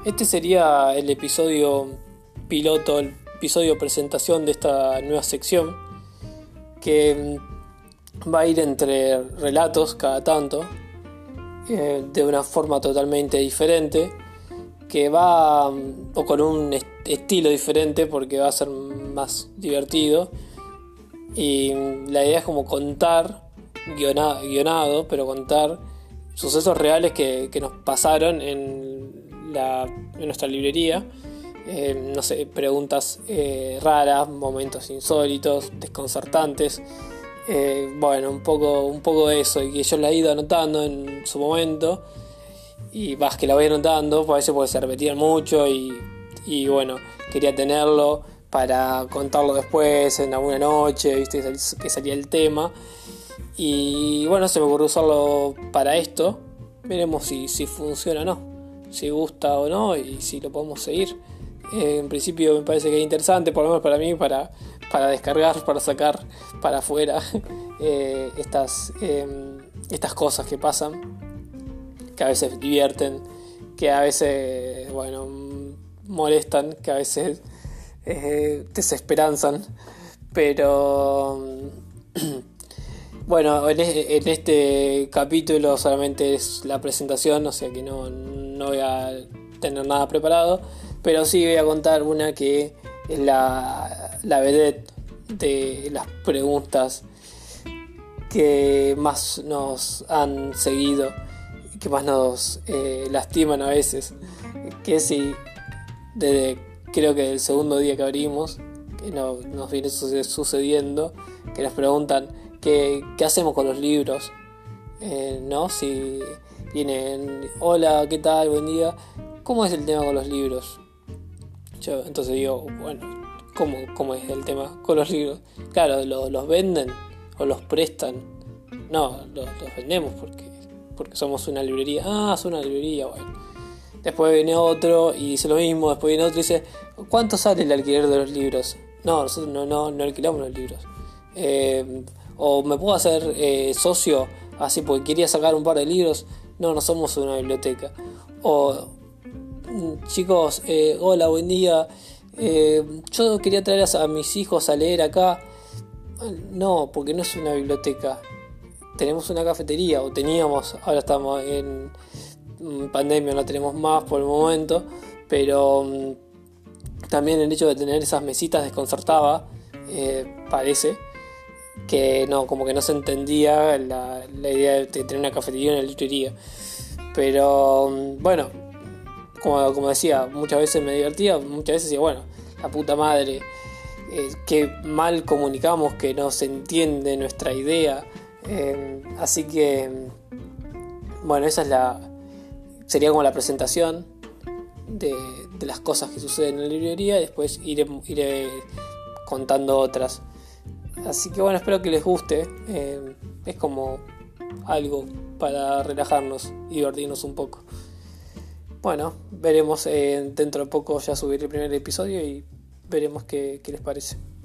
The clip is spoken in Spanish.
Este sería el episodio piloto, el episodio presentación de esta nueva sección que va a ir entre relatos cada tanto, de una forma totalmente diferente, que va o con un estilo diferente porque va a ser más divertido, y la idea es como contar guionado, pero contar sucesos reales que nos pasaron en nuestra librería. No sé, preguntas raras, momentos insólitos, desconcertantes. Bueno, un poco de eso, y que yo la he ido anotando en su momento, y vas que la voy anotando, pues a veces porque se repetían mucho, y bueno, quería tenerlo para contarlo después en alguna noche, viste que salía el tema, y bueno, se me ocurrió usarlo para esto. Veremos si funciona o no, si gusta o no, y si lo podemos seguir. En principio me parece que es interesante, por lo menos para mí, para descargar, para sacar para afuera estas cosas que pasan, que a veces divierten, que a veces, bueno, molestan, que a veces desesperanzan, pero bueno, en este capítulo solamente es la presentación, o sea que no voy a tener nada preparado, pero sí voy a contar una que es la vedette de las preguntas que más nos han seguido, que más nos lastiman a veces, que sí, desde creo que el segundo día que abrimos, que nos viene sucediendo, que nos preguntan qué hacemos con los libros, ¿no? Si vienen, hola, ¿qué tal? Buen día, ¿cómo es el tema con los libros? Yo entonces digo, bueno, ¿cómo es el tema con los libros? Claro, los venden o los prestan. No, los vendemos porque somos una librería. Ah, es una librería, bueno. Después viene otro y dice lo mismo. Después viene otro y dice, ¿cuánto sale el alquiler de los libros? No, nosotros no alquilamos los libros. O me puedo hacer socio así porque quería sacar un par de libros. No somos una biblioteca. O chicos, hola, buen día. Yo quería traer a mis hijos a leer acá. No, porque no es una biblioteca. Tenemos una cafetería, o teníamos, ahora estamos en pandemia, no tenemos más por el momento, pero también el hecho de tener esas mesitas desconcertaba, parece que no, como que no se entendía la idea de tener una cafetería en la librería. Pero bueno, como decía, muchas veces me divertía, muchas veces decía, bueno, la puta madre, que mal comunicamos, que no se entiende nuestra idea. Así que bueno, esa sería como la presentación de las cosas que suceden en la librería, y después iré contando otras. Así que bueno, espero que les guste. Es como algo para relajarnos y divertirnos un poco. Bueno, veremos, dentro de poco ya subiré el primer episodio y veremos qué les parece.